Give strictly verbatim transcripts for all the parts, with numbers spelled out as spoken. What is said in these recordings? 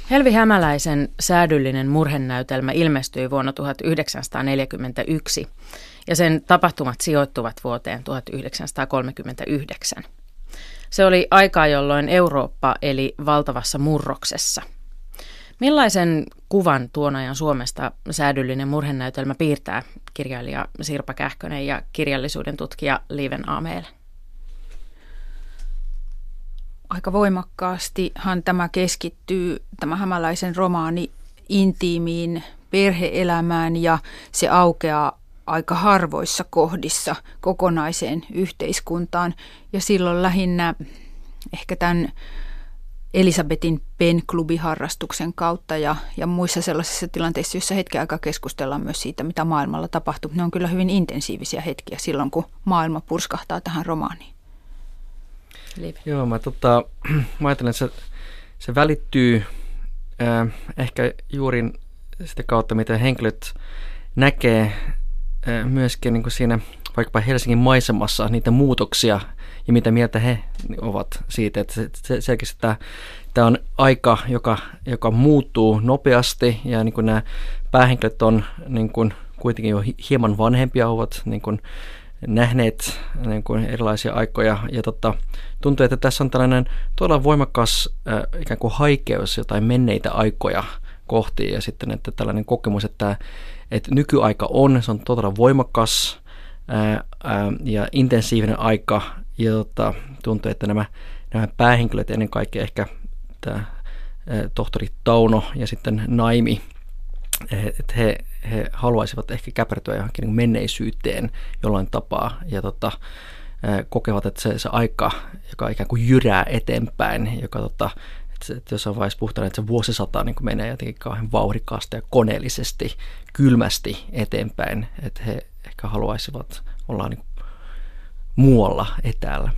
Helvi Hämäläisen säädyllinen murhenäytelmä ilmestyi vuonna tuhatyhdeksänsataaneljäkymmentäyksi ja sen tapahtumat sijoittuvat vuoteen tuhatyhdeksänsataakolmekymmentäyhdeksän. Se oli aikaa, jolloin Eurooppa eli valtavassa murroksessa. Millaisen kuvan tuon ajan Suomesta säädyllinen murhenäytelmä piirtää, kirjailija Sirpa Kähkönen ja kirjallisuuden tutkija Liven Amel? Aika voimakkaastihan tämä keskittyy, tämä Hämäläisen romaani, intiimiin perhe-elämään, ja se aukeaa aika harvoissa kohdissa kokonaiseen yhteiskuntaan. Ja silloin lähinnä ehkä tämän Elisabetin penklubiharrastuksen kautta ja, ja muissa sellaisissa tilanteissa, joissa hetken aikaa keskustellaan myös siitä, mitä maailmalla tapahtuu. Ne on kyllä hyvin intensiivisiä hetkiä silloin, kun maailma purskahtaa tähän romaaniin. Liv. Joo, mä, tota, mä ajattelen, että se, se välittyy äh, ehkä juuri sitä kautta, miten henkilöt näkee äh, myöskin niin kuin siinä vaikkapa Helsingin maisemassa niitä muutoksia ja mitä mieltä he ovat siitä. Että se, se, selkeästi tämä, tämä on aika, joka, joka muuttuu nopeasti ja niin kuin nämä päähenkilöt on niin kuin kuitenkin jo hieman vanhempia, ovat niin kuin nähneet niin kuin erilaisia aikoja ja tota, tuntuu, että tässä on tällainen todella voimakas äh, ikään kuin haikeus jotain menneitä aikoja kohti ja sitten että tällainen kokemus, että, että nykyaika on, se on todella voimakas ää, ää, ja intensiivinen aika ja tota, tuntuu, että nämä, nämä päähenkilöt ennen kaikkea ehkä tämä ää, tohtori Tauno ja sitten Naimi, että he he haluaisivat ehkä käpertyä johonkin niin menneisyyteen jollain tapaa ja tota, kokevat, että se, se aika, joka ikään kuin jyrää eteenpäin, joka tota, että, että jossain vaiheessa puhutaan, että se vuosisata niin menee jotenkin kauhean vauhdikkaasti ja koneellisesti, kylmästi eteenpäin, että he ehkä haluaisivat olla niin muualla etäällä.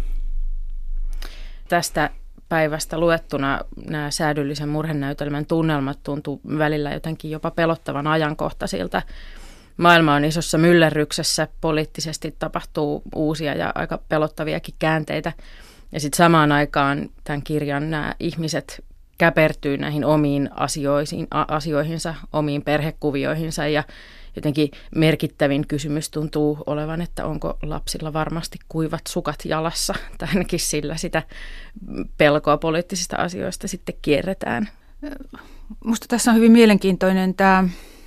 Tästä päivästä luettuna nämä säädyllisen murhenäytelmän tunnelmat tuntuu välillä jotenkin jopa pelottavan ajankohtaisilta. Maailma on isossa myllerryksessä, poliittisesti tapahtuu uusia ja aika pelottaviakin käänteitä. Ja sitten samaan aikaan tämän kirjan nämä ihmiset käpertyy näihin omiin asioihin, asioihinsa, omiin perhekuvioihinsa ja jotenkin merkittävin kysymys tuntuu olevan, että onko lapsilla varmasti kuivat sukat jalassa, tai ainakin sillä sitä pelkoa poliittisista asioista sitten kierretään. Musta tässä on hyvin mielenkiintoinen tämä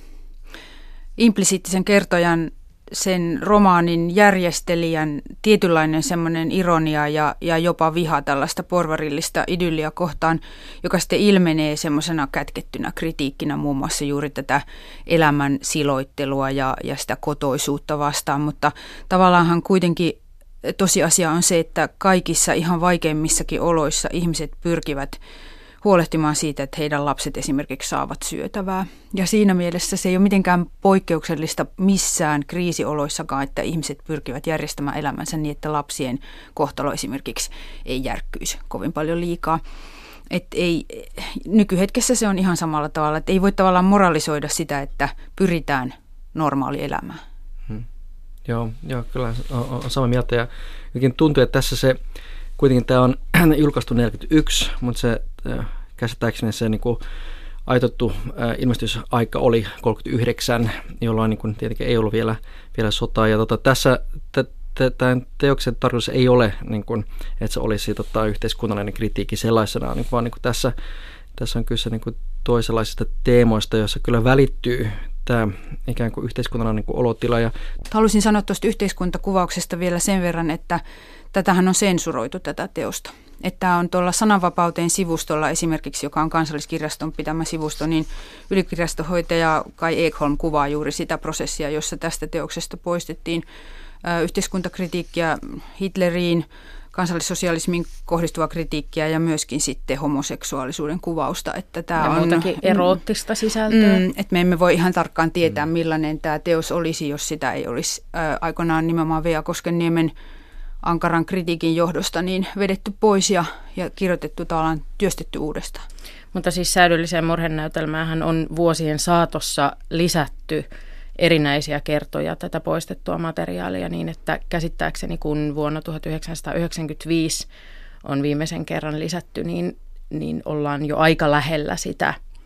implisiittisen kertojan, sen romaanin järjestelijän tietynlainen semmoinen ironia ja, ja jopa viha tällaista porvarillista idylliä kohtaan, joka sitten ilmenee semmoisena kätkettynä kritiikkinä muun muassa juuri tätä elämän siloittelua ja, ja sitä kotoisuutta vastaan, mutta tavallaanhan kuitenkin tosiasia on se, että kaikissa ihan vaikeimmissakin oloissa ihmiset pyrkivät huolehtimaan siitä, että heidän lapset esimerkiksi saavat syötävää. Ja siinä mielessä se ei ole mitenkään poikkeuksellista missään kriisioloissakaan, että ihmiset pyrkivät järjestämään elämänsä niin, että lapsien kohtalo esimerkiksi ei järkkyisi kovin paljon liikaa. Et ei, nykyhetkessä se on ihan samalla tavalla, että ei voi tavallaan moralisoida sitä, että pyritään normaali elämään. Hmm. Joo, joo, kyllä on, on sama mieltä ja jotenkin tuntuu, että tässä se kuitenkin tämä on julkaistu neljäkymmentäyksi, mutta se käsittääkseni se niin kuin aitottu ää, ilmestysaika oli kolmekymmentäyhdeksän, jolloin niin kuin tietenkin ei ollut vielä, vielä sotaa. Ja tota, tässä tämän teoksen tarkoitus ei ole, niin kuin, että se olisi tota, yhteiskunnallinen kritiikki sellaisenaan, niin, vaan niin kuin tässä, tässä on kyse niin kuin toisenlaisista teemoista, joissa kyllä välittyy tämä ikään kuin yhteiskunnallinen niin kuin olotila. Ja haluaisin sanoa tuosta yhteiskuntakuvauksesta vielä sen verran, että tätähän on sensuroitu tätä teosta. Että on tuolla Sananvapauteen sivustolla esimerkiksi, joka on Kansalliskirjaston pitämä sivusto, niin ylikirjastohoitaja Kai Ekholm kuvaa juuri sitä prosessia, jossa tästä teoksesta poistettiin yhteiskuntakritiikkiä Hitleriin, kansallissosialismiin kohdistuvaa kritiikkiä ja myöskin sitten homoseksuaalisuuden kuvausta. Että tämä ja on muutakin eroottista sisältöä. Mm, että me emme voi ihan tarkkaan tietää, millainen tämä teos olisi, jos sitä ei olisi ää, aikoinaan nimenomaan Vea Koskenniemen ankaran kritiikin johdosta niin vedetty pois ja, ja kirjoitettu tavallaan työstetty uudestaan. Mutta siis säädylliseen murhenäytelmään on vuosien saatossa lisätty erinäisiä kertoja tätä poistettua materiaalia niin, että käsittääkseni kun vuonna tuhatyhdeksänsataayhdeksänkymmentäviisi on viimeisen kerran lisätty, niin, niin ollaan jo aika lähellä sitä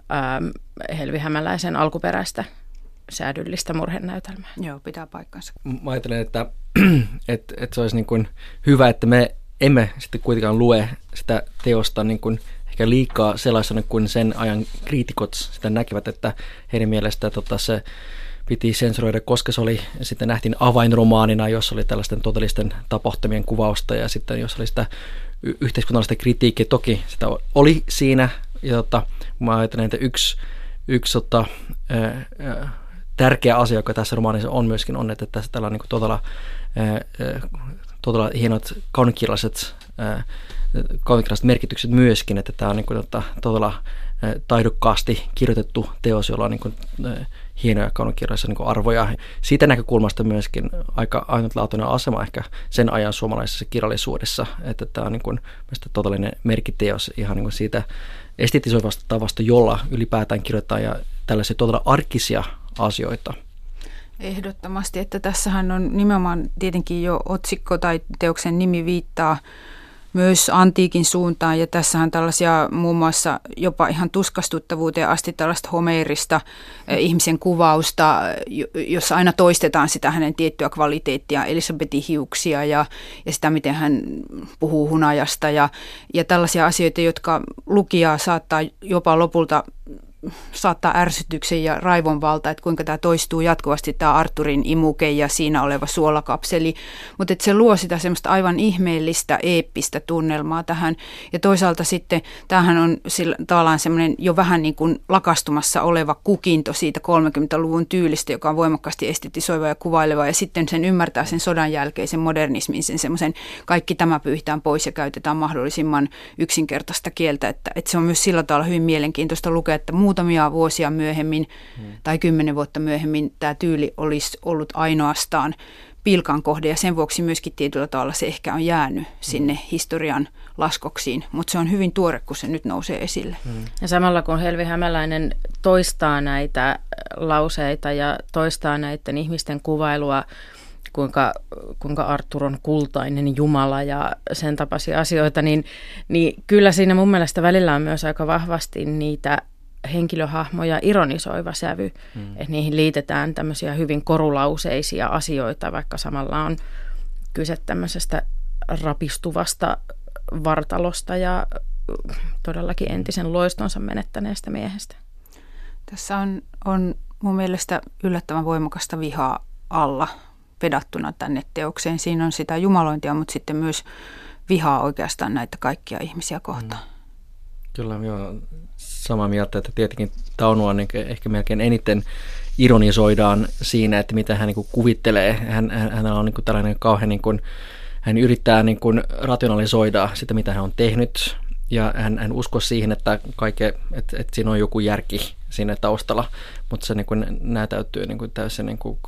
ähm, Helvi Hämäläisen alkuperäistä säädyllistä murhenäytelmää. Joo, pitää paikkansa. Mä ajattelen, että, että, että se olisi niin kuin hyvä, että me emme sitten kuitenkaan lue sitä teosta niin kuin ehkä liikaa sellaisena kuin sen ajan kriitikot sitä näkivät, että heidän mielestä tota, se piti sensuroida, koska se oli, sitten nähtiin avainromaanina, jossa oli tällaisten todellisten tapahtumien kuvausta ja sitten jos oli sitä y- yhteiskunnallista kritiikkiä, toki sitä oli siinä ja tota, mä ajattelen, että yksi, yksi tota, ää, ää, tärkeä asia, joka tässä romaanissa on myöskin on, että tässä tällä on niin todella, ää, todella hienot kaunikirjalliset ää, kaunikirjalliset merkitykset myöskin, että tämä on niin kuin, tota, todella taidokkaasti kirjoitettu teos, jolla on niin kuin, hienoja kaunikirjallisia niin kuin arvoja. Siitä näkökulmasta myöskin aika ainutlaatuinen asema ehkä sen ajan suomalaisessa kirjallisuudessa, että tämä on niin kuin, todellinen merkkiteos ihan niin kuin siitä estetisoivasta tavasta, jolla ylipäätään kirjoittaa ja tällaisia todella arkisia asioita. Ehdottomasti, että tässähän on nimenomaan tietenkin jo otsikko tai teoksen nimi viittaa myös antiikin suuntaan, ja tässähän tällaisia muun muassa jopa ihan tuskastuttavuuteen asti tällaista homeerista eh, ihmisen kuvausta, jossa aina toistetaan sitä hänen tiettyä kvaliteettia, Elisabetin hiuksia ja, ja sitä, miten hän puhuu hunajasta ja, ja tällaisia asioita, jotka lukijaa saattaa jopa lopulta saattaa ärsytyksen ja raivon valta, että kuinka tämä toistuu jatkuvasti, tämä Arthurin imuke ja siinä oleva suolakapseli, mutta että se luo sitä semmoista aivan ihmeellistä, eeppistä tunnelmaa tähän, ja toisaalta sitten tämähän on sillä, tavallaan semmoinen jo vähän niin kuin lakastumassa oleva kukinto siitä kolmekymmentäluvun tyylistä, joka on voimakkaasti estetisoiva ja kuvaileva, ja sitten sen ymmärtää sen sodan jälkeisen modernismin, sen semmoisen kaikki tämä pyyhitään pois ja käytetään mahdollisimman yksinkertaista kieltä, että, että se on myös sillä tavalla hyvin mielenkiintoista lukea, että muutamia vuosia myöhemmin hmm. tai kymmenen vuotta myöhemmin tämä tyyli olisi ollut ainoastaan pilkan kohde ja sen vuoksi myöskin tietyllä tavalla se ehkä on jäänyt hmm. sinne historian laskoksiin, mutta se on hyvin tuore, kun se nyt nousee esille. Hmm. Ja samalla kun Helvi Hämäläinen toistaa näitä lauseita ja toistaa näiden ihmisten kuvailua, kuinka, kuinka Arthur on kultainen jumala ja sen tapaisia asioita, niin, niin kyllä siinä mun mielestä välillä on myös aika vahvasti niitä henkilöhahmoja ironisoiva sävy, mm. että niihin liitetään tämmöisiä hyvin korulauseisia asioita, vaikka samalla on kyse tämmöisestä rapistuvasta vartalosta ja todellakin entisen loistonsa menettäneestä miehestä. Tässä on, on mun mielestä yllättävän voimakasta vihaa alla vedattuna tänne teokseen. Siinä on sitä jumalointia, mutta sitten myös vihaa oikeastaan näitä kaikkia ihmisiä kohtaan. Mm. Kyllä, joo. Samaa mieltä, että tietenkin Taunua niin ehkä melkein eniten ironisoidaan siinä, että mitä hän niin kuin kuvittelee. Hän, hän, hänellä on niin kuin tällainen kauhean, niin kuin, hän yrittää niin kuin rationalisoida sitä, mitä hän on tehnyt, ja hän, hän uskoo siihen, että, kaikke, että, että siinä on joku järki siinä taustalla, mutta se niin kuin näytäytyy niin kuin täysin niin kuin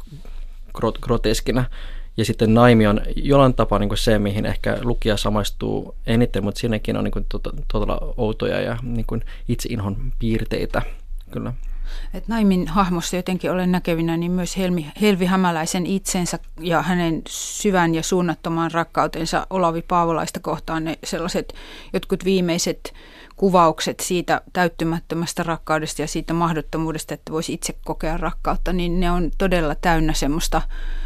groteskina. Ja sitten Naimi on jollain tapaa niin kuin se, mihin ehkä lukija samaistuu eniten, mutta siinäkin on niin kuin to- todella outoja ja niin kuin itseinhon piirteitä. Kyllä. Et Naimin hahmossa jotenkin olen näkevinä niin myös Helmi, Helvi Hämäläisen itsensä ja hänen syvän ja suunnattoman rakkautensa Olavi Paavolaista kohtaan, ne sellaiset jotkut viimeiset kuvaukset siitä täyttymättömästä rakkaudesta ja siitä mahdottomuudesta, että voisi itse kokea rakkautta, niin ne on todella täynnä semmoista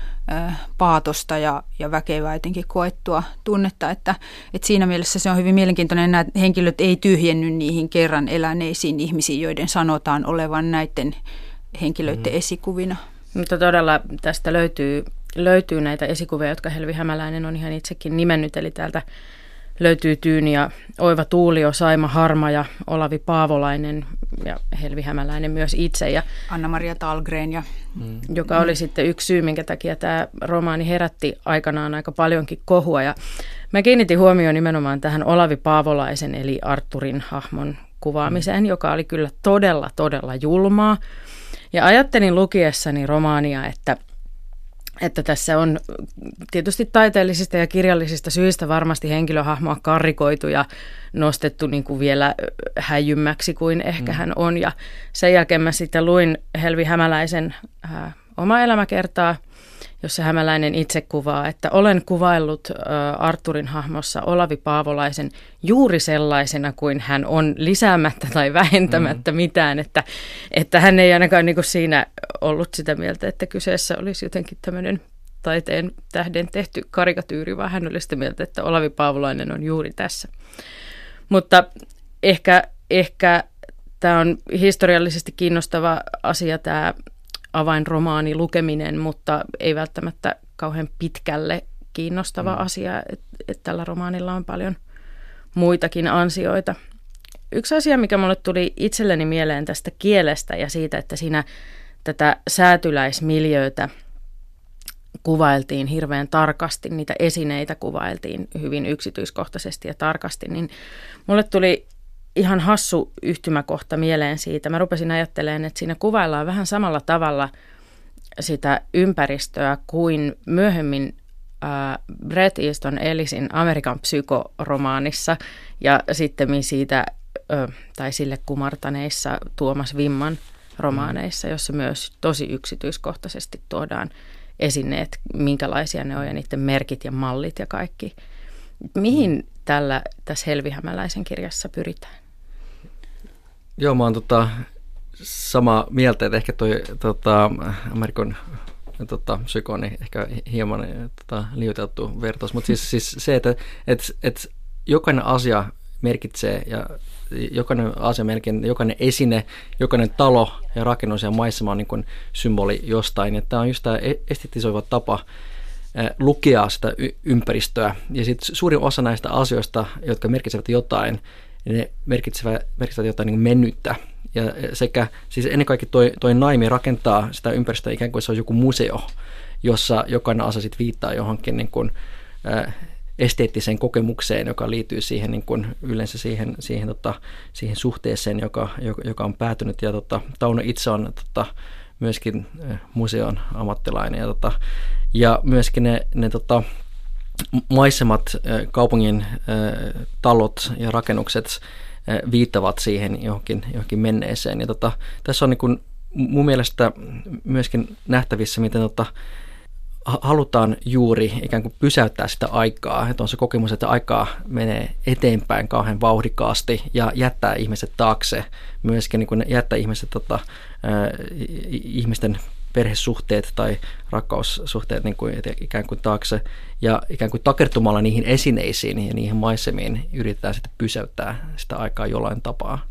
paatosta ja, ja väkevää jotenkin koettua tunnetta, että, että siinä mielessä se on hyvin mielenkiintoinen, että nämä henkilöt ei tyhjenny niihin kerran eläneisiin ihmisiin, joiden sanotaan olevan näiden henkilöiden mm. esikuvina. Mutta todella tästä löytyy, löytyy näitä esikuvia, jotka Helvi Hämäläinen on ihan itsekin nimennyt, eli täältä löytyy Tyyni ja Oiva Tuulio, Saima Harma ja Olavi Paavolainen ja Helvi Hämäläinen myös itse. Ja Anna-Maria Thalgren. Ja, mm. Joka oli sitten yksi syy, minkä takia tämä romaani herätti aikanaan aika paljonkin kohua. Ja mä kiinnitin huomioon nimenomaan tähän Olavi Paavolaisen eli Arthurin hahmon kuvaamiseen, mm. joka oli kyllä todella, todella julmaa. Ja ajattelin lukiessani romaania, että Että tässä on tietysti taiteellisista ja kirjallisista syistä varmasti henkilöhahmoa karrikoitu ja nostettu niin kuin vielä häijymmäksi kuin ehkä mm. hän on. Ja sen jälkeen mä sitten luin Helvi Hämäläisen ää, omaa elämäkertaa jossa Hämäläinen itse kuvaa, että olen kuvaillut Artturin hahmossa Olavi Paavolaisen juuri sellaisena kuin hän on, lisäämättä tai vähentämättä mm. mitään, että, että hän ei ainakaan niin kuin siinä ollut sitä mieltä, että kyseessä olisi jotenkin tämmöinen taiteen tähden tehty karikatyyri, vaan hän oli sitä mieltä, että Olavi Paavolainen on juuri tässä. Mutta ehkä, ehkä tämä on historiallisesti kiinnostava asia, tämä avainromaani lukeminen, mutta ei välttämättä kauhean pitkälle kiinnostava mm. asia, että et tällä romaanilla on paljon muitakin ansioita. Yksi asia, mikä mulle tuli itselleni mieleen tästä kielestä ja siitä, että siinä tätä säätyläismiljöötä kuvailtiin hirveän tarkasti, niitä esineitä kuvailtiin hyvin yksityiskohtaisesti ja tarkasti, niin mulle tuli ihan hassu yhtymäkohta mieleen siitä. Mä rupesin ajattelemaan, että siinä kuvaillaan vähän samalla tavalla sitä ympäristöä kuin myöhemmin äh, Bret Easton Ellisin Amerikan psykoromaanissa ja sitten siitä, äh, tai sille kumartaneissa Tuomas Vimman romaaneissa, jossa myös tosi yksityiskohtaisesti tuodaan esineet, minkälaisia ne on ja niiden merkit ja mallit ja kaikki. Mihin tällä tässä Helvi Hämäläisen kirjassa pyritään? Joo, mä oon tota, samaa mieltä, että ehkä toi tota, Amerikan tota, psyko on ehkä hieman tota, liioiteltu vertaus, mutta siis, siis se, että et, et jokainen asia merkitsee ja jokainen asia melkein, jokainen esine, jokainen talo ja rakennus ja maisema on niin kuin symboli jostain. Ja tämä on just tämä estetisoiva tapa lukea sitä ympäristöä. Ja sitten suurin osa näistä asioista, jotka merkitsevät jotain, ne merkitsevät, merkitsevät jotain niin mennyttä. Ja sekä, siis ennen kaikkea toi, toi Naimi rakentaa sitä ympäristöä ikään kuin se on joku museo, jossa jokainen asia sitten viittaa johonkin niin kuin, äh, esteettiseen kokemukseen, joka liittyy siihen niin kuin yleensä siihen, siihen, tota, siihen suhteeseen, joka, joka on päätynyt. Ja tota, Tauno itse on tota, myöskin museon ammattilainen. Ja, tota, ja myöskin ne, ne tota, maisemat, kaupungin talot ja rakennukset viittavat siihen johonkin, johonkin menneeseen. Ja tota, tässä on niin kuin mun mielestä myöskin nähtävissä, miten tota, halutaan juuri ikään kuin pysäyttää sitä aikaa, että on se kokemus, että aikaa menee eteenpäin kauhean vauhdikkaasti ja jättää ihmiset taakse, myöskin niin kuin jättää ihmiset, tota, äh, ihmisten perhesuhteet tai rakkaussuhteet niin kuin ikään kuin taakse ja ikään kuin takertumalla niihin esineisiin ja niihin maisemiin yritetään sitten pysäyttää sitä aikaa jollain tapaa.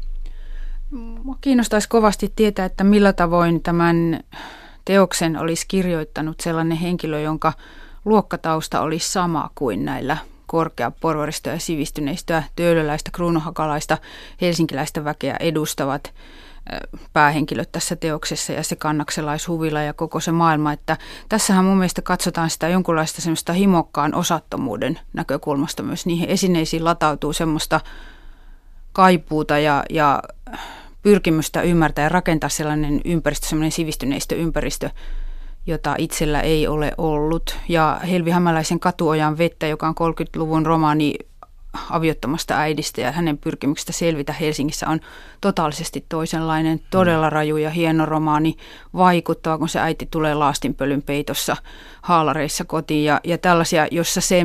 Mua kiinnostaisi kovasti tietää, että millä tavoin tämän teoksen olisi kirjoittanut sellainen henkilö, jonka luokkatausta olisi sama kuin näillä korkeaporvaristo- ja sivistyneistöä, töölöläistä, kruununhakalaista, helsinkiläistä väkeä edustavat päähenkilöt tässä teoksessa ja se kannakselais-huvila ja koko se maailma. Että tässähän mun mielestä katsotaan sitä jonkunlaista semmoista himokkaan osattomuuden näkökulmasta myös. Niihin esineisiin latautuu semmoista kaipuuta ja, ja pyrkimystä ymmärtää ja rakentaa sellainen ympäristö, sellainen sivistyneistöympäristö, jota itsellä ei ole ollut. Ja Helvi Hämäläisen Katuojan vettä, joka on kolmekymmentäluvun romaani aviottomasta äidistä ja hänen pyrkimyksestä selvitä Helsingissä on totaalisesti toisenlainen, todella raju ja hieno romaani, vaikuttava, kun se äiti tulee laastinpölyn peitossa haalareissa kotiin ja, ja tällaisia, jossa se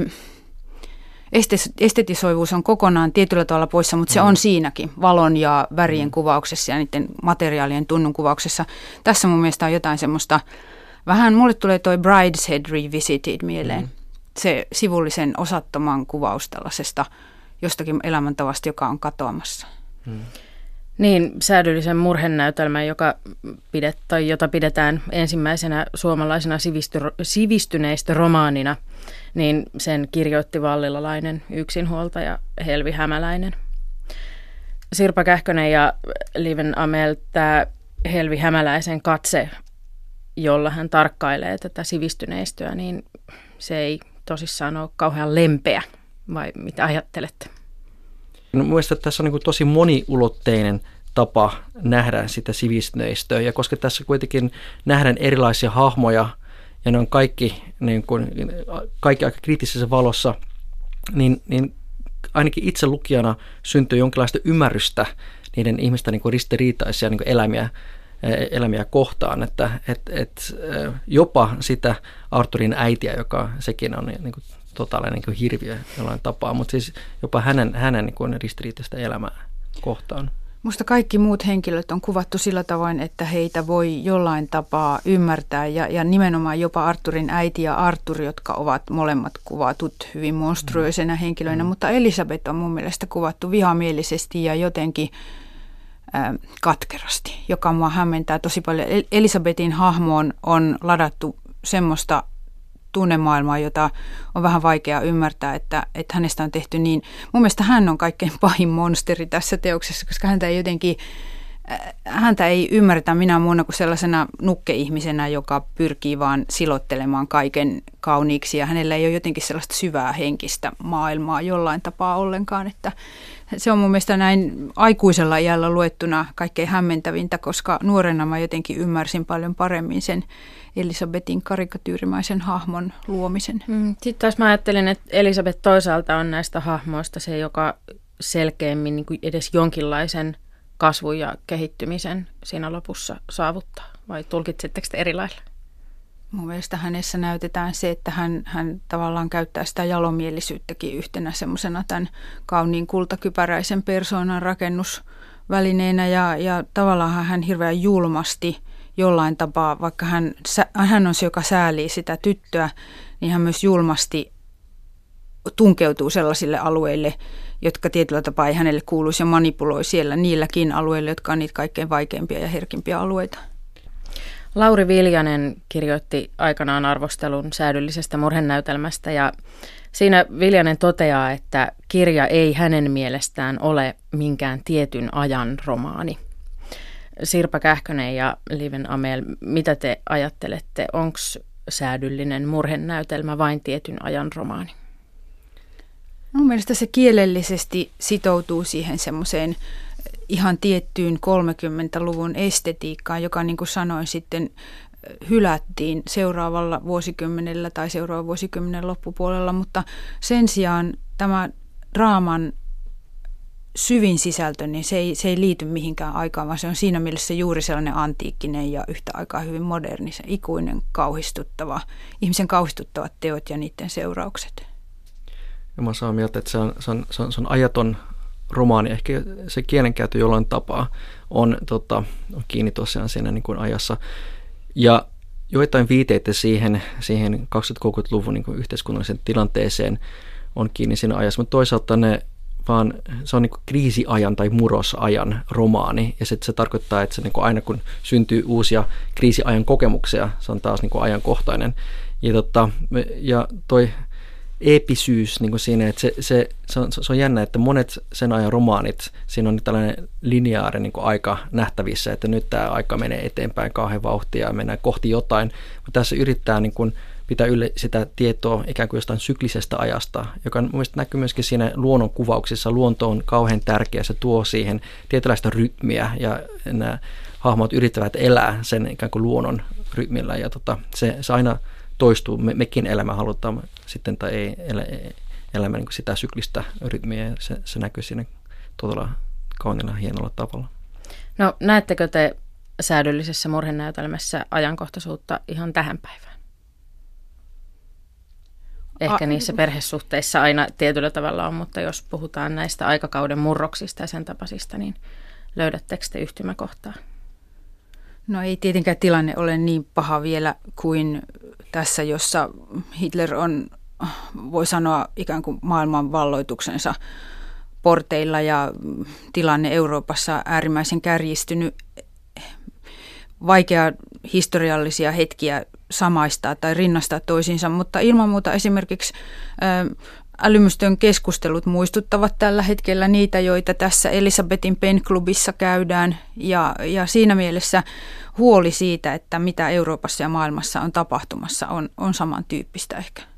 estetisoivuus on kokonaan tietyllä tavalla poissa, mutta se on siinäkin valon ja värien kuvauksessa ja niiden materiaalien tunnun kuvauksessa. Tässä mun mielestä on jotain semmoista, vähän mulle tulee toi Brideshead Revisited mieleen. Mm. Se sivullisen osattoman kuvaus tällaisesta jostakin elämäntavasta, joka on katoamassa. Hmm. Niin, säädyllisen murhenäytelmä, joka pidet, tai jota pidetään ensimmäisenä suomalaisena sivisty, sivistyneistä romaanina, niin sen kirjoitti vallilalainen yksinhuoltaja Helvi Hämäläinen. Sirpa Kähkönen ja Liven Amel, tämä Helvi Hämäläisen katse, jolla hän tarkkailee tätä sivistyneistöä, niin se ei tosissaan ole kauhean lempeä, vai mitä ajattelette? No, mielestäni tässä on niin kuin tosi moniulotteinen tapa nähdä sitä sivistyneistöä, ja koska tässä kuitenkin nähdään erilaisia hahmoja, ja ne on kaikki, niin kuin, kaikki aika kriittisessä valossa, niin, niin ainakin itse lukijana syntyy jonkinlaista ymmärrystä niiden ihmisten niin kuin ristiriitaisia niin kuin elämiä elämiä kohtaan, että et, et, jopa sitä Arthurin äitiä, joka sekin on niin kuin totaalinen niin hirviö jollain tapaa, mutta siis jopa hänen, hänen niin kuin ristiriitaista elämää kohtaan. Musta kaikki muut henkilöt on kuvattu sillä tavoin, että heitä voi jollain tapaa ymmärtää ja, ja nimenomaan jopa Arthurin äiti ja Arthur, jotka ovat molemmat kuvatut hyvin monstruoisena henkilöinä, mm. mutta Elisabeth on mun mielestä kuvattu vihamielisesti ja jotenkin äh, katkerasti, joka mua hämmentää tosi paljon. Elisabetin hahmoon on ladattu semmoista tunnemaailmaa, jota on vähän vaikea ymmärtää, että, että hänestä on tehty niin. Mun mielestä hän on kaikkein pahin monsteri tässä teoksessa, koska häntä ei jotenkin, häntä ei ymmärretä minä muuna kuin sellaisena nukkeihmisenä, joka pyrkii vaan silottelemaan kaiken kauniiksi ja hänellä ei ole jotenkin sellaista syvää henkistä maailmaa jollain tapaa ollenkaan, että se on mun mielestä näin aikuisella iällä luettuna kaikkein hämmentävintä, koska nuorena mä jotenkin ymmärsin paljon paremmin sen Elisabetin karikatyyrimäisen hahmon luomisen. Mm, sitten taas mä ajattelin, että Elisabeth toisaalta on näistä hahmoista se, joka selkeämmin niin kuin edes jonkinlaisen kasvun ja kehittymisen siinä lopussa saavuttaa. Vai tulkitsitteko te eri lailla? Mun mielestä hänessä näytetään se, että hän, hän tavallaan käyttää sitä jalomielisyyttäkin yhtenä semmoisena tämän kauniin kultakypäräisen persoonan rakennusvälineenä ja, ja tavallaan hän hirveän julmasti jollain tapaa, vaikka hän, hän on se, joka säälii sitä tyttöä, niin hän myös julmasti tunkeutuu sellaisille alueille, jotka tietyllä tapaa ei hänelle kuuluisi ja manipuloi siellä niilläkin alueilla, jotka on niitä kaikkein vaikeimpia ja herkimpiä alueita. Lauri Viljanen kirjoitti aikanaan arvostelun säädyllisestä murhenäytelmästä ja siinä Viljanen toteaa, että kirja ei hänen mielestään ole minkään tietyn ajan romaani. Sirpa Kähkönen ja Liven Amel, mitä te ajattelette, onko säädyllinen murhenäytelmä vain tietyn ajan romaani? Mun mielestä se kielellisesti sitoutuu siihen semmoiseen ihan tiettyyn kolmekymmentäluvun estetiikkaan, joka niin kuin sanoin sitten hylättiin seuraavalla vuosikymmenellä tai seuraavan vuosikymmenen loppupuolella, mutta sen sijaan tämä draaman syvin sisältö, niin se ei, se ei liity mihinkään aikaan, vaan se on siinä mielessä juuri sellainen antiikkinen ja yhtä aikaa hyvin moderni, se ikuinen kauhistuttava, ihmisen kauhistuttavat teot ja niiden seuraukset. Ja mä saan mieltä, että se on, se on, se on, se on ajaton romaani, ehkä se kielenkäyttö jollain tapaa on, tota, on kiinni tosiaan siinä niin kuin ajassa. Ja joitain viiteitä siihen, siihen kaksikymmentä-kolmekymmentäluvun niin kuin yhteiskunnalliseen tilanteeseen on kiinni siinä ajassa, mutta toisaalta ne vaan se on niin kuin kriisiajan tai murrosajan romaani, ja se, se tarkoittaa, että se niin kuin aina kun syntyy uusia kriisiajan kokemuksia, se on taas niin kuin ajankohtainen. Ja, tota, ja toi eepisyys niin kuin siinä, että se, se, se, on, se on jännä, että monet sen ajan romaanit, siinä on tällainen lineaari niin kuin aika nähtävissä, että nyt tämä aika menee eteenpäin kauhean vauhtia ja mennään kohti jotain, mutta tässä yrittää niin kuin pitää yllä sitä tietoa ikään kuin jostain syklisestä ajasta, joka mun mielestä näkyy myöskin siinä luonnon kuvauksissa. Luonto on kauhean tärkeä, se tuo siihen tietynlaista rytmiä ja nämä hahmot yrittävät elää sen ikään kuin luonnon rytmillä ja tota, se, se aina toistuu. Me, mekin elämä halutaan sitten tai ei elä, elämä niin kuin sitä syklistä rytmiä ja se, se näkyy siinä todella kauniilla hienolla tavalla. No näettekö te säädyllisessä murhenäytelmässä ajankohtaisuutta ihan tähän päivään? Ehkä A- niissä perhesuhteissa aina tietyllä tavalla on, mutta jos puhutaan näistä aikakauden murroksista ja sen tapaisista, niin löydättekö te yhtymäkohtaa? No ei tietenkään tilanne ole niin paha vielä kuin tässä, jossa Hitler on, voi sanoa, ikään kuin maailman valloituksensa porteilla ja tilanne Euroopassa äärimmäisen kärjistynyt. Vaikea historiallisia hetkiä samaistaa tai rinnastaa toisiinsa, mutta ilman muuta esimerkiksi älymystön keskustelut muistuttavat tällä hetkellä niitä, joita tässä Elisabetin Pen-klubissa käydään ja, ja siinä mielessä huoli siitä, että mitä Euroopassa ja maailmassa on tapahtumassa, on, on samantyyppistä ehkä.